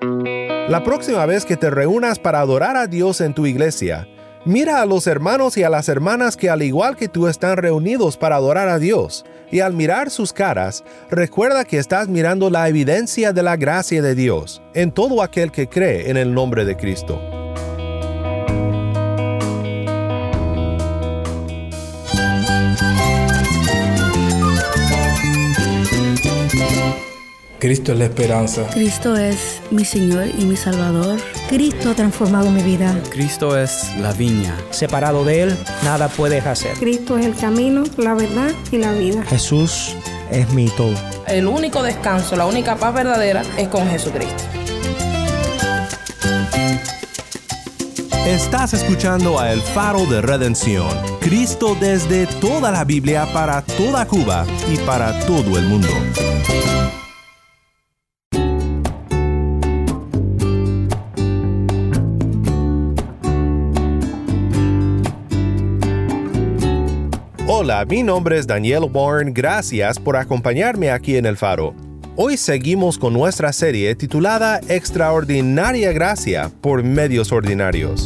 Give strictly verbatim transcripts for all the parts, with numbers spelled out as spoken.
La próxima vez que te reúnas para adorar a Dios en tu iglesia, mira a los hermanos y a las hermanas que al igual que tú están reunidos para adorar a Dios, y al mirar sus caras, recuerda que estás mirando la evidencia de la gracia de Dios en todo aquel que cree en el nombre de Cristo. Cristo es la esperanza. Cristo es mi Señor y mi Salvador. Cristo ha transformado mi vida. Cristo es la viña. Separado de Él, nada puedes hacer. Cristo es el camino, la verdad y la vida. Jesús es mi todo. El único descanso, la única paz verdadera es con Jesucristo. Estás escuchando a El Faro de Redención, Cristo desde toda la Biblia para toda Cuba y para todo el mundo. Hola, mi nombre es Daniel Warren, gracias por acompañarme aquí en El Faro. Hoy seguimos con nuestra serie titulada Extraordinaria Gracia por Medios Ordinarios.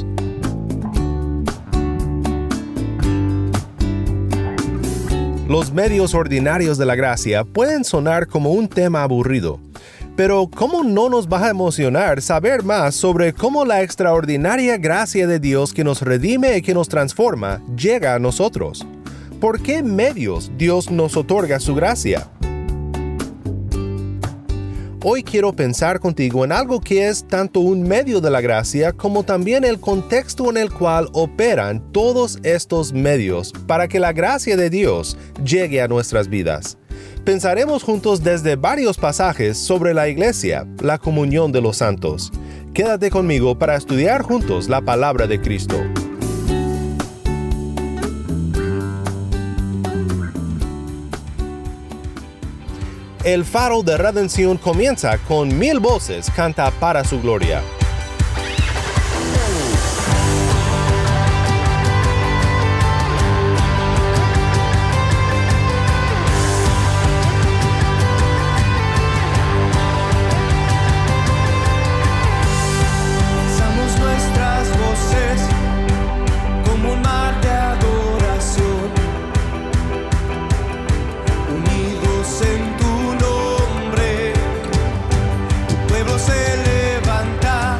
Los medios ordinarios de la gracia pueden sonar como un tema aburrido, pero ¿cómo no nos va a emocionar saber más sobre cómo la extraordinaria gracia de Dios que nos redime y que nos transforma llega a nosotros? ¿Por qué medios Dios nos otorga su gracia? Hoy quiero pensar contigo en algo que es tanto un medio de la gracia como también el contexto en el cual operan todos estos medios para que la gracia de Dios llegue a nuestras vidas. Pensaremos juntos desde varios pasajes sobre la iglesia, la comunión de los santos. Quédate conmigo para estudiar juntos la palabra de Cristo. El Faro de Redención comienza con Mil Voces canta para su gloria. Se levanta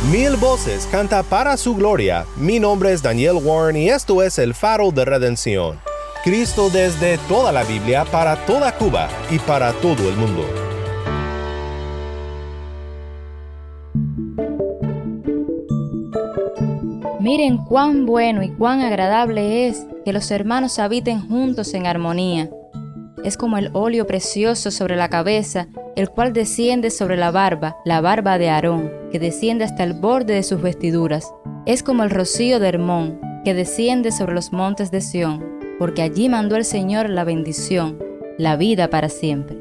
Mil voces canta para su gloria. Mi nombre es Daniel Warren y esto es el Faro de Redención. Cristo desde toda la Biblia, para toda Cuba y para todo el mundo. Miren cuán bueno y cuán agradable es que los hermanos habiten juntos en armonía. Es como el óleo precioso sobre la cabeza, el cual desciende sobre la barba, la barba de Aarón, que desciende hasta el borde de sus vestiduras. Es como el rocío de Hermón, que desciende sobre los montes de Sión, porque allí mandó el Señor la bendición, la vida para siempre.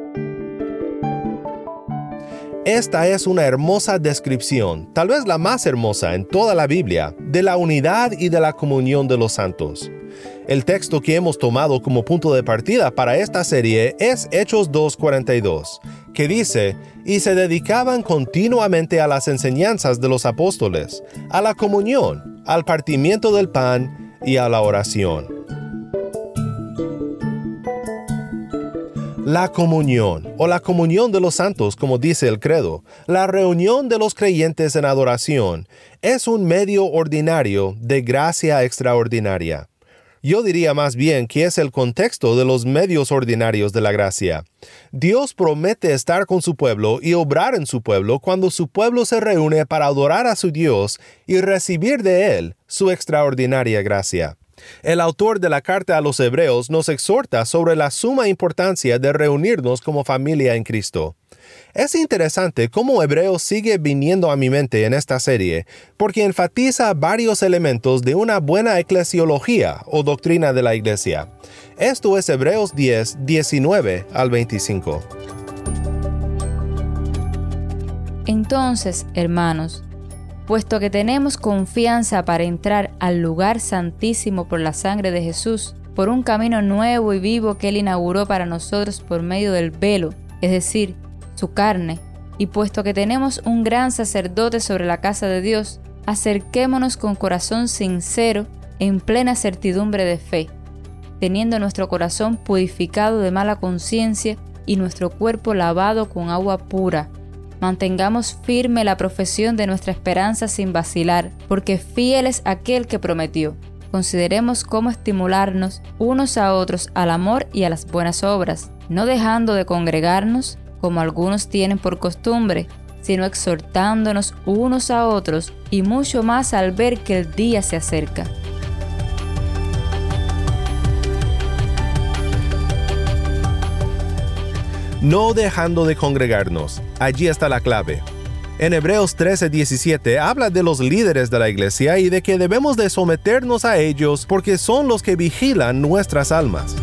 Esta es una hermosa descripción, tal vez la más hermosa en toda la Biblia, de la unidad y de la comunión de los santos. El texto que hemos tomado como punto de partida para esta serie es Hechos dos cuarenta y dos, que dice, y se dedicaban continuamente a las enseñanzas de los apóstoles, a la comunión, al partimiento del pan y a la oración. La comunión, o la comunión de los santos, como dice el credo, la reunión de los creyentes en adoración, es un medio ordinario de gracia extraordinaria. Yo diría más bien que es el contexto de los medios ordinarios de la gracia. Dios promete estar con su pueblo y obrar en su pueblo cuando su pueblo se reúne para adorar a su Dios y recibir de Él su extraordinaria gracia. El autor de la carta a los Hebreos nos exhorta sobre la suma importancia de reunirnos como familia en Cristo. Es interesante cómo Hebreos sigue viniendo a mi mente en esta serie, porque enfatiza varios elementos de una buena eclesiología o doctrina de la Iglesia. Esto es Hebreos diez, diecinueve al veinticinco. Entonces, hermanos, puesto que tenemos confianza para entrar al lugar santísimo por la sangre de Jesús, por un camino nuevo y vivo que Él inauguró para nosotros por medio del velo, es decir, su carne, y puesto que tenemos un gran sacerdote sobre la casa de Dios, acerquémonos con corazón sincero, en plena certidumbre de fe, teniendo nuestro corazón purificado de mala conciencia y nuestro cuerpo lavado con agua pura. Mantengamos firme la profesión de nuestra esperanza sin vacilar, porque fiel es aquel que prometió. Consideremos cómo estimularnos unos a otros al amor y a las buenas obras, no dejando de congregarnos, como algunos tienen por costumbre, sino exhortándonos unos a otros, y mucho más al ver que el día se acerca. No dejando de congregarnos. Allí está la clave. En Hebreos trece diecisiete habla de los líderes de la iglesia y de que debemos de someternos a ellos porque son los que vigilan nuestras almas.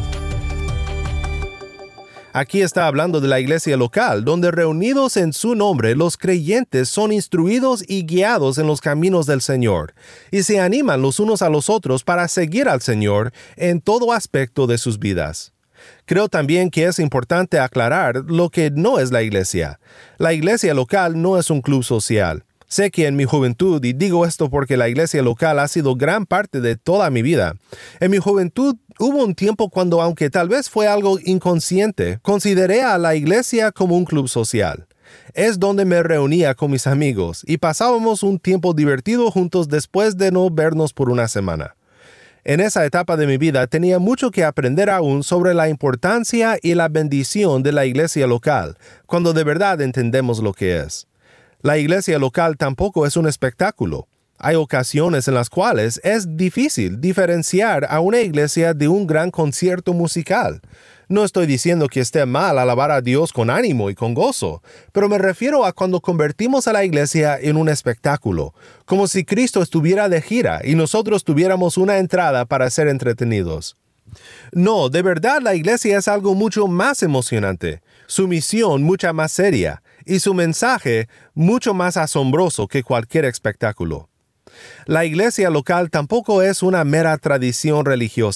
Aquí está hablando de la iglesia local, donde reunidos en su nombre los creyentes son instruidos y guiados en los caminos del Señor, y se animan los unos a los otros para seguir al Señor en todo aspecto de sus vidas. Creo también que es importante aclarar lo que no es la iglesia. La iglesia local no es un club social. Sé que en mi juventud, y digo esto porque la iglesia local ha sido gran parte de toda mi vida, en mi juventud hubo un tiempo cuando, aunque tal vez fue algo inconsciente, consideré a la iglesia como un club social. Es donde me reunía con mis amigos y pasábamos un tiempo divertido juntos después de no vernos por una semana. En esa etapa de mi vida tenía mucho que aprender aún sobre la importancia y la bendición de la iglesia local, cuando de verdad entendemos lo que es. La iglesia local tampoco es un espectáculo. Hay ocasiones en las cuales es difícil diferenciar a una iglesia de un gran concierto musical. No estoy diciendo que esté mal alabar a Dios con ánimo y con gozo, pero me refiero a cuando convertimos a la iglesia en un espectáculo, como si Cristo estuviera de gira y nosotros tuviéramos una entrada para ser entretenidos. No, de verdad la iglesia es algo mucho más emocionante, su misión mucha más seria y su mensaje mucho más asombroso que cualquier espectáculo. La iglesia local tampoco es una mera tradición religiosa.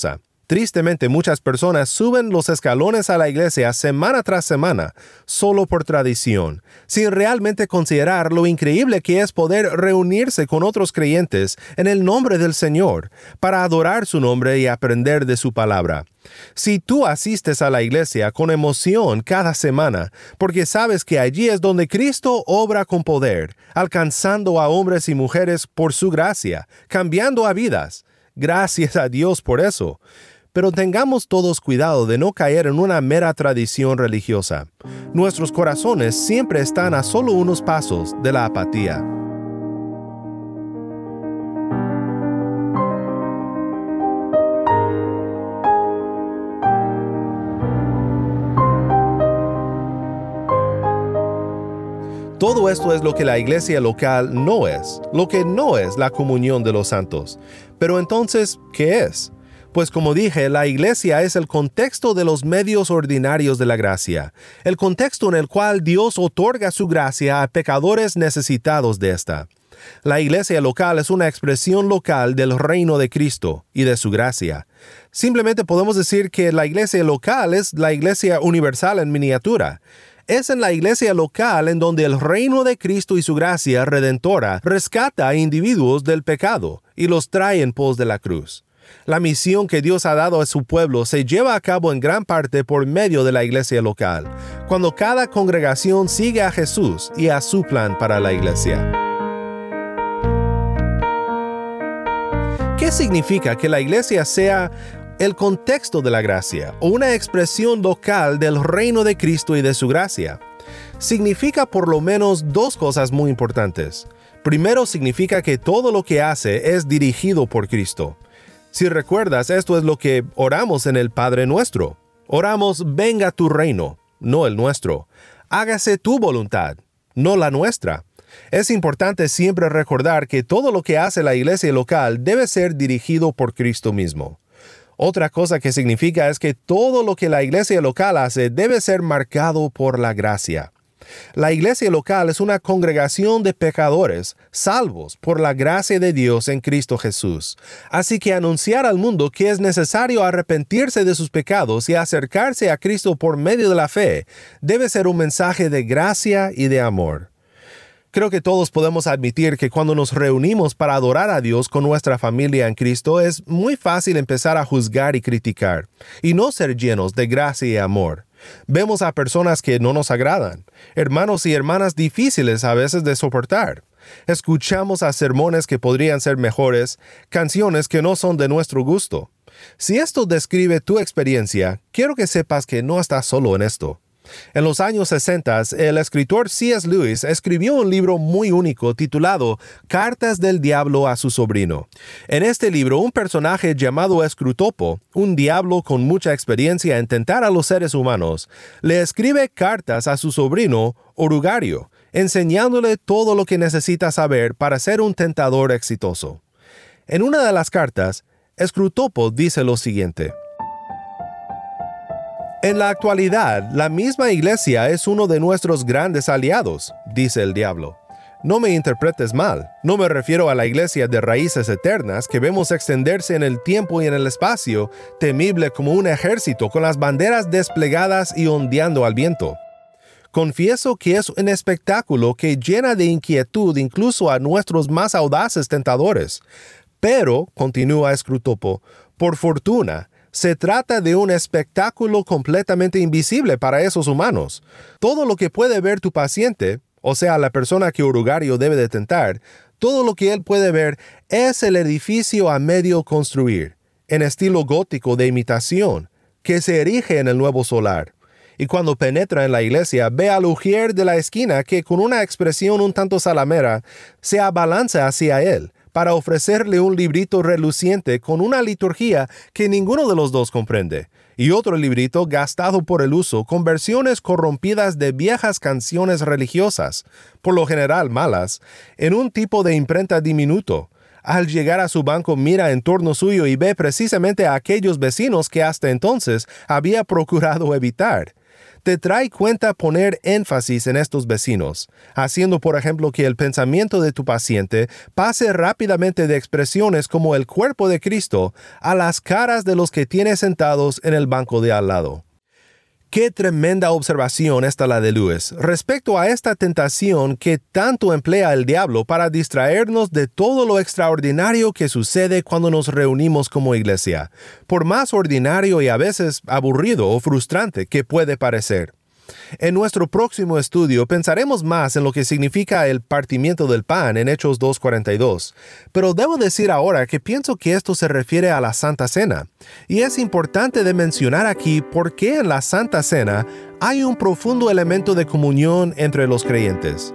Tristemente, muchas personas suben los escalones a la iglesia semana tras semana, solo por tradición, sin realmente considerar lo increíble que es poder reunirse con otros creyentes en el nombre del Señor, para adorar su nombre y aprender de su palabra. Si tú asistes a la iglesia con emoción cada semana, porque sabes que allí es donde Cristo obra con poder, alcanzando a hombres y mujeres por su gracia, cambiando a vidas, gracias a Dios por eso. Pero tengamos todos cuidado de no caer en una mera tradición religiosa. Nuestros corazones siempre están a solo unos pasos de la apatía. Todo esto es lo que la iglesia local no es, lo que no es la comunión de los santos. Pero entonces, ¿qué es? Pues como dije, la iglesia es el contexto de los medios ordinarios de la gracia, el contexto en el cual Dios otorga su gracia a pecadores necesitados de esta. La iglesia local es una expresión local del reino de Cristo y de su gracia. Simplemente podemos decir que la iglesia local es la iglesia universal en miniatura. Es en la iglesia local en donde el reino de Cristo y su gracia redentora rescata a individuos del pecado y los trae en pos de la cruz. La misión que Dios ha dado a su pueblo se lleva a cabo en gran parte por medio de la iglesia local, cuando cada congregación sigue a Jesús y a su plan para la iglesia. ¿Qué significa que la iglesia sea el contexto de la gracia o una expresión local del reino de Cristo y de su gracia? Significa por lo menos dos cosas muy importantes. Primero, significa que todo lo que hace es dirigido por Cristo. Si recuerdas, esto es lo que oramos en el Padre Nuestro. Oramos, venga tu reino, no el nuestro. Hágase tu voluntad, no la nuestra. Es importante siempre recordar que todo lo que hace la iglesia local debe ser dirigido por Cristo mismo. Otra cosa que significa es que todo lo que la iglesia local hace debe ser marcado por la gracia. La iglesia local es una congregación de pecadores, salvos por la gracia de Dios en Cristo Jesús. Así que anunciar al mundo que es necesario arrepentirse de sus pecados y acercarse a Cristo por medio de la fe debe ser un mensaje de gracia y de amor. Creo que todos podemos admitir que cuando nos reunimos para adorar a Dios con nuestra familia en Cristo es muy fácil empezar a juzgar y criticar, y no ser llenos de gracia y amor. Vemos a personas que no nos agradan, hermanos y hermanas difíciles a veces de soportar. Escuchamos a sermones que podrían ser mejores, canciones que no son de nuestro gusto. Si esto describe tu experiencia, quiero que sepas que no estás solo en esto. En los años sesenta, el escritor C S Lewis escribió un libro muy único titulado Cartas del Diablo a su sobrino. En este libro, un personaje llamado Escrutopo, un diablo con mucha experiencia en tentar a los seres humanos, le escribe cartas a su sobrino Orugario, enseñándole todo lo que necesita saber para ser un tentador exitoso. En una de las cartas, Escrutopo dice lo siguiente: en la actualidad, la misma iglesia es uno de nuestros grandes aliados, dice el diablo. No me interpretes mal, no me refiero a la iglesia de raíces eternas que vemos extenderse en el tiempo y en el espacio, temible como un ejército con las banderas desplegadas y ondeando al viento. Confieso que es un espectáculo que llena de inquietud incluso a nuestros más audaces tentadores. Pero, continúa Escrutopo, por fortuna, se trata de un espectáculo completamente invisible para esos humanos. Todo lo que puede ver tu paciente, o sea, la persona que Orugario debe de tentar, todo lo que él puede ver es el edificio a medio construir, en estilo gótico de imitación, que se erige en el nuevo solar. Y cuando penetra en la iglesia, ve al ujier de la esquina que, con una expresión un tanto salamera, se abalanza hacia él, para ofrecerle un librito reluciente con una liturgia que ninguno de los dos comprende, y otro librito gastado por el uso con versiones corrompidas de viejas canciones religiosas, por lo general malas, en un tipo de imprenta diminuto. Al llegar a su banco mira en torno suyo y ve precisamente a aquellos vecinos que hasta entonces había procurado evitar. te trae cuenta poner énfasis en estos vecinos, haciendo por ejemplo que el pensamiento de tu paciente pase rápidamente de expresiones como el cuerpo de Cristo a las caras de los que tiene sentados en el banco de al lado. Qué tremenda observación esta la de Lewis respecto a esta tentación que tanto emplea el diablo para distraernos de todo lo extraordinario que sucede cuando nos reunimos como iglesia, por más ordinario y a veces aburrido o frustrante que puede parecer. En nuestro próximo estudio pensaremos más en lo que significa el partimiento del pan en Hechos dos cuarenta y dos, pero debo decir ahora que pienso que esto se refiere a la Santa Cena, y es importante de mencionar aquí por qué en la Santa Cena hay un profundo elemento de comunión entre los creyentes.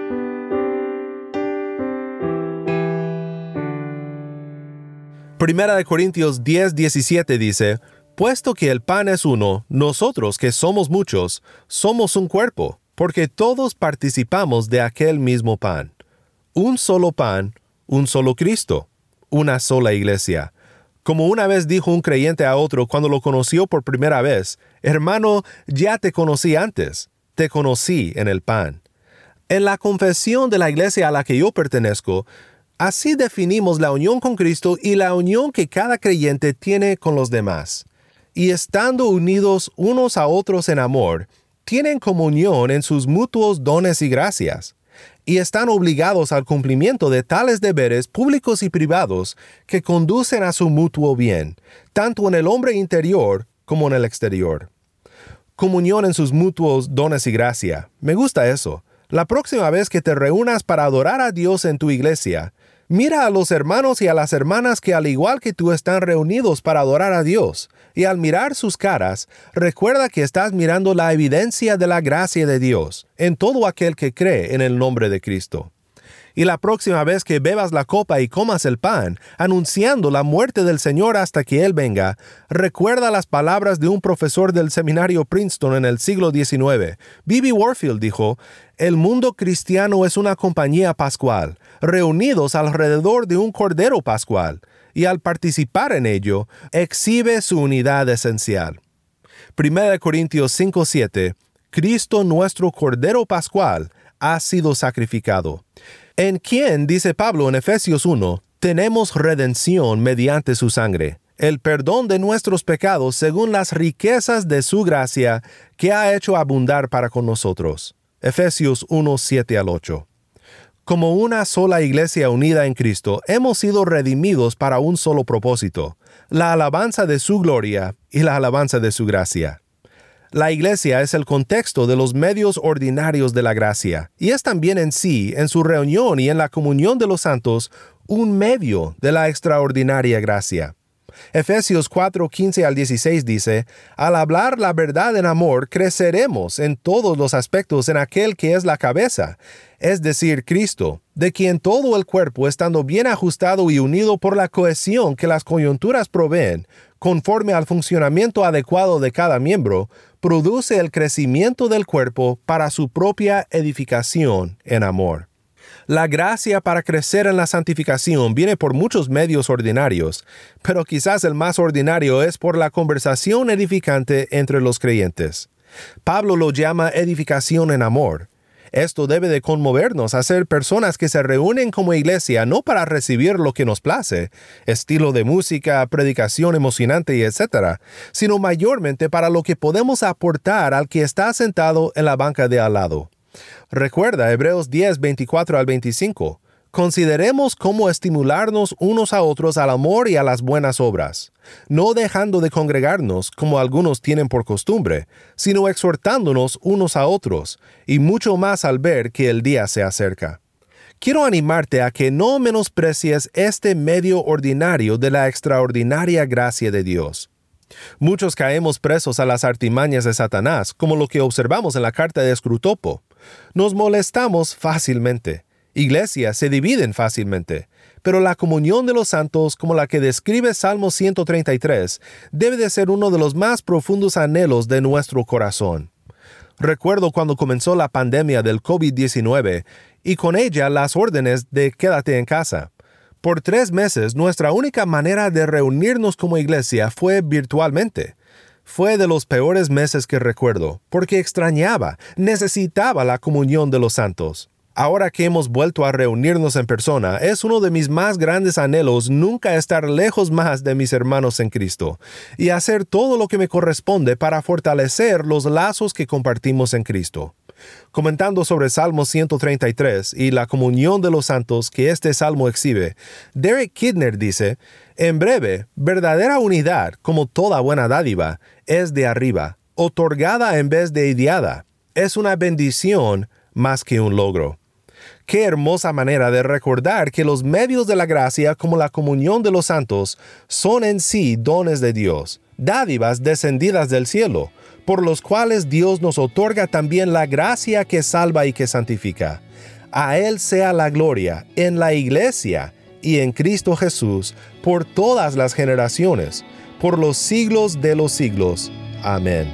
Primera de Corintios diez diecisiete dice: Puesto que el pan es uno, nosotros que somos muchos, somos un cuerpo, porque todos participamos de aquel mismo pan. Un solo pan, un solo Cristo, una sola iglesia. Como una vez dijo un creyente a otro cuando lo conoció por primera vez: hermano, ya te conocí antes, te conocí en el pan. En la confesión de la iglesia a la que yo pertenezco, así definimos la unión con Cristo y la unión que cada creyente tiene con los demás. Y estando unidos unos a otros en amor, tienen comunión en sus mutuos dones y gracias, y están obligados al cumplimiento de tales deberes públicos y privados que conducen a su mutuo bien, tanto en el hombre interior como en el exterior. Comunión en sus mutuos dones y gracia. Me gusta eso. La próxima vez que te reúnas para adorar a Dios en tu iglesia, mira a los hermanos y a las hermanas que al igual que tú están reunidos para adorar a Dios, y al mirar sus caras, recuerda que estás mirando la evidencia de la gracia de Dios en todo aquel que cree en el nombre de Cristo. Y la próxima vez que bebas la copa y comas el pan, anunciando la muerte del Señor hasta que Él venga, recuerda las palabras de un profesor del seminario Princeton en el siglo diecinueve. B B Warfield dijo: el mundo cristiano es una compañía pascual, reunidos alrededor de un cordero pascual, y al participar en ello, exhibe su unidad esencial. Primera de Corintios cinco siete, Cristo nuestro cordero pascual ha sido sacrificado, en quien, dice Pablo en Efesios uno, tenemos redención mediante su sangre, el perdón de nuestros pecados según las riquezas de su gracia que ha hecho abundar para con nosotros. Efesios uno siete al ocho. Como una sola iglesia unida en Cristo, hemos sido redimidos para un solo propósito, la alabanza de su gloria y la alabanza de su gracia. La iglesia es el contexto de los medios ordinarios de la gracia, y es también en sí, en su reunión y en la comunión de los santos, un medio de la extraordinaria gracia. Efesios cuatro quince al dieciséis dice: al hablar la verdad en amor, creceremos en todos los aspectos en aquel que es la cabeza, es decir, Cristo, de quien todo el cuerpo, estando bien ajustado y unido por la cohesión que las coyunturas proveen, conforme al funcionamiento adecuado de cada miembro, produce el crecimiento del cuerpo para su propia edificación en amor. La gracia para crecer en la santificación viene por muchos medios ordinarios, pero quizás el más ordinario es por la conversación edificante entre los creyentes. Pablo lo llama edificación en amor. Esto debe de conmovernos a ser personas que se reúnen como iglesia no para recibir lo que nos place, estilo de música, predicación emocionante y etcétera, sino mayormente para lo que podemos aportar al que está sentado en la banca de al lado. Recuerda Hebreos diez veinticuatro al veinticinco. Consideremos cómo estimularnos unos a otros al amor y a las buenas obras, no dejando de congregarnos como algunos tienen por costumbre, sino exhortándonos unos a otros, y mucho más al ver que el día se acerca. Quiero animarte a que no menosprecies este medio ordinario de la extraordinaria gracia de Dios. Muchos caemos presos a las artimañas de Satanás, como lo que observamos en la carta de Scrutopo. Nos molestamos fácilmente. Iglesias se dividen fácilmente, pero la comunión de los santos, como la que describe Salmo ciento treinta y tres, debe de ser uno de los más profundos anhelos de nuestro corazón. Recuerdo cuando comenzó la pandemia del covid diecinueve y con ella las órdenes de quédate en casa. Por tres meses nuestra única manera de reunirnos como iglesia fue virtualmente. Fue de los peores meses que recuerdo, porque extrañaba, necesitaba la comunión de los santos. Ahora que hemos vuelto a reunirnos en persona, es uno de mis más grandes anhelos nunca estar lejos más de mis hermanos en Cristo y hacer todo lo que me corresponde para fortalecer los lazos que compartimos en Cristo. Comentando sobre Salmo ciento treinta y tres y la comunión de los santos que este salmo exhibe, Derek Kidner dice: en breve, verdadera unidad, como toda buena dádiva, es de arriba, otorgada en vez de ideada. Es una bendición más que un logro. Qué hermosa manera de recordar que los medios de la gracia, como la comunión de los santos, son en sí dones de Dios, dádivas descendidas del cielo, por los cuales Dios nos otorga también la gracia que salva y que santifica. A Él sea la gloria en la Iglesia y en Cristo Jesús por todas las generaciones, por los siglos de los siglos. Amén.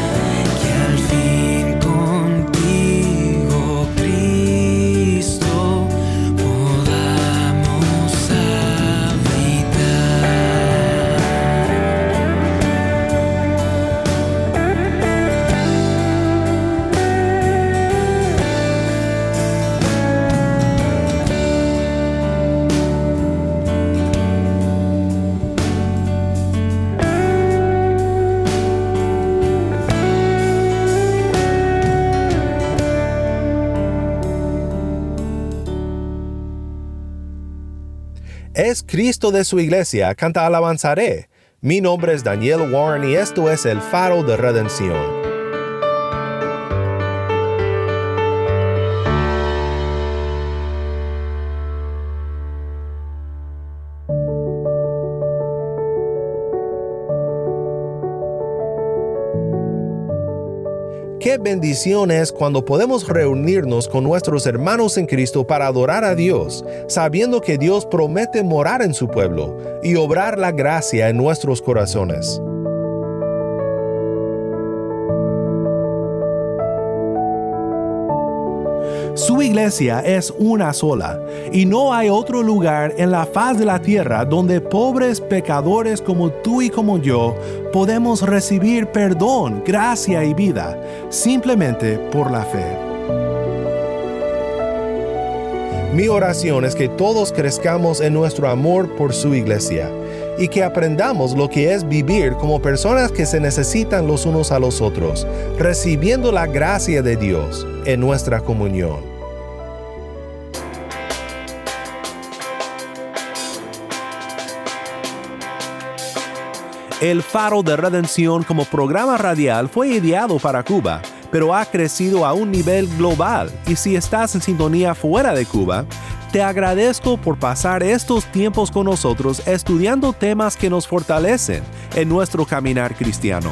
Cristo es Cristo de su iglesia, canta alabanzaré. Mi nombre es Daniel Warren y esto es el Faro de Redención. Qué bendición es cuando podemos reunirnos con nuestros hermanos en Cristo para adorar a Dios, sabiendo que Dios promete morar en su pueblo y obrar la gracia en nuestros corazones. Su iglesia es una sola, y no hay otro lugar en la faz de la tierra donde pobres pecadores como tú y como yo podemos recibir perdón, gracia y vida, simplemente por la fe. Mi oración es que todos crezcamos en nuestro amor por su iglesia y que aprendamos lo que es vivir como personas que se necesitan los unos a los otros, recibiendo la gracia de Dios en nuestra comunión. El Faro de Redención como programa radial fue ideado para Cuba, pero ha crecido a un nivel global, y si estás en sintonía fuera de Cuba, te agradezco por pasar estos tiempos con nosotros estudiando temas que nos fortalecen en nuestro caminar cristiano.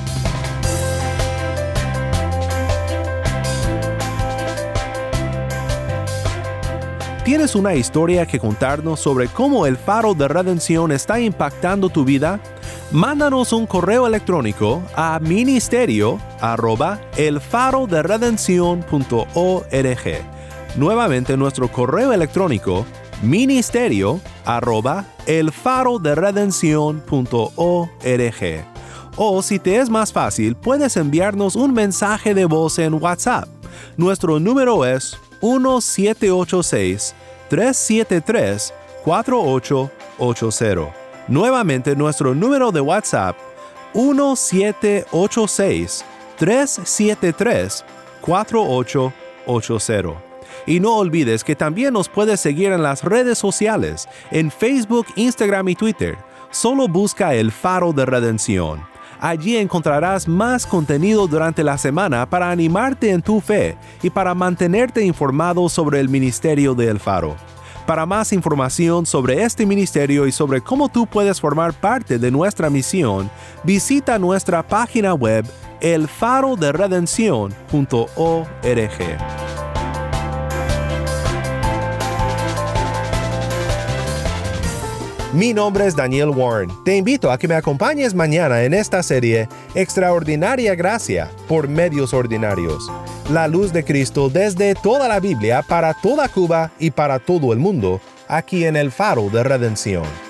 ¿Tienes una historia que contarnos sobre cómo el Faro de Redención está impactando tu vida? Mándanos un correo electrónico a ministerio arroba elfaroderedencion punto org. Nuevamente nuestro correo electrónico ministerio arroba elfaroderedencion punto org. O si te es más fácil, puedes enviarnos un mensaje de voz en WhatsApp. Nuestro número es uno siete ocho seis, tres siete tres, cuatro ocho ocho cero. Nuevamente nuestro número de WhatsApp uno siete ocho seis, tres siete tres, cuatro ocho ocho cero. Y no olvides que también nos puedes seguir en las redes sociales, en Facebook, Instagram y Twitter. Solo busca el Faro de Redención. Allí encontrarás más contenido durante la semana para animarte en tu fe y para mantenerte informado sobre el ministerio de El Faro. Para más información sobre este ministerio y sobre cómo tú puedes formar parte de nuestra misión, visita nuestra página web el faro de redención punto org. Mi nombre es Daniel Warren. Te invito a que me acompañes mañana en esta serie Extraordinaria Gracia por Medios Ordinarios. La luz de Cristo desde toda la Biblia para toda Cuba y para todo el mundo, aquí en el Faro de Redención.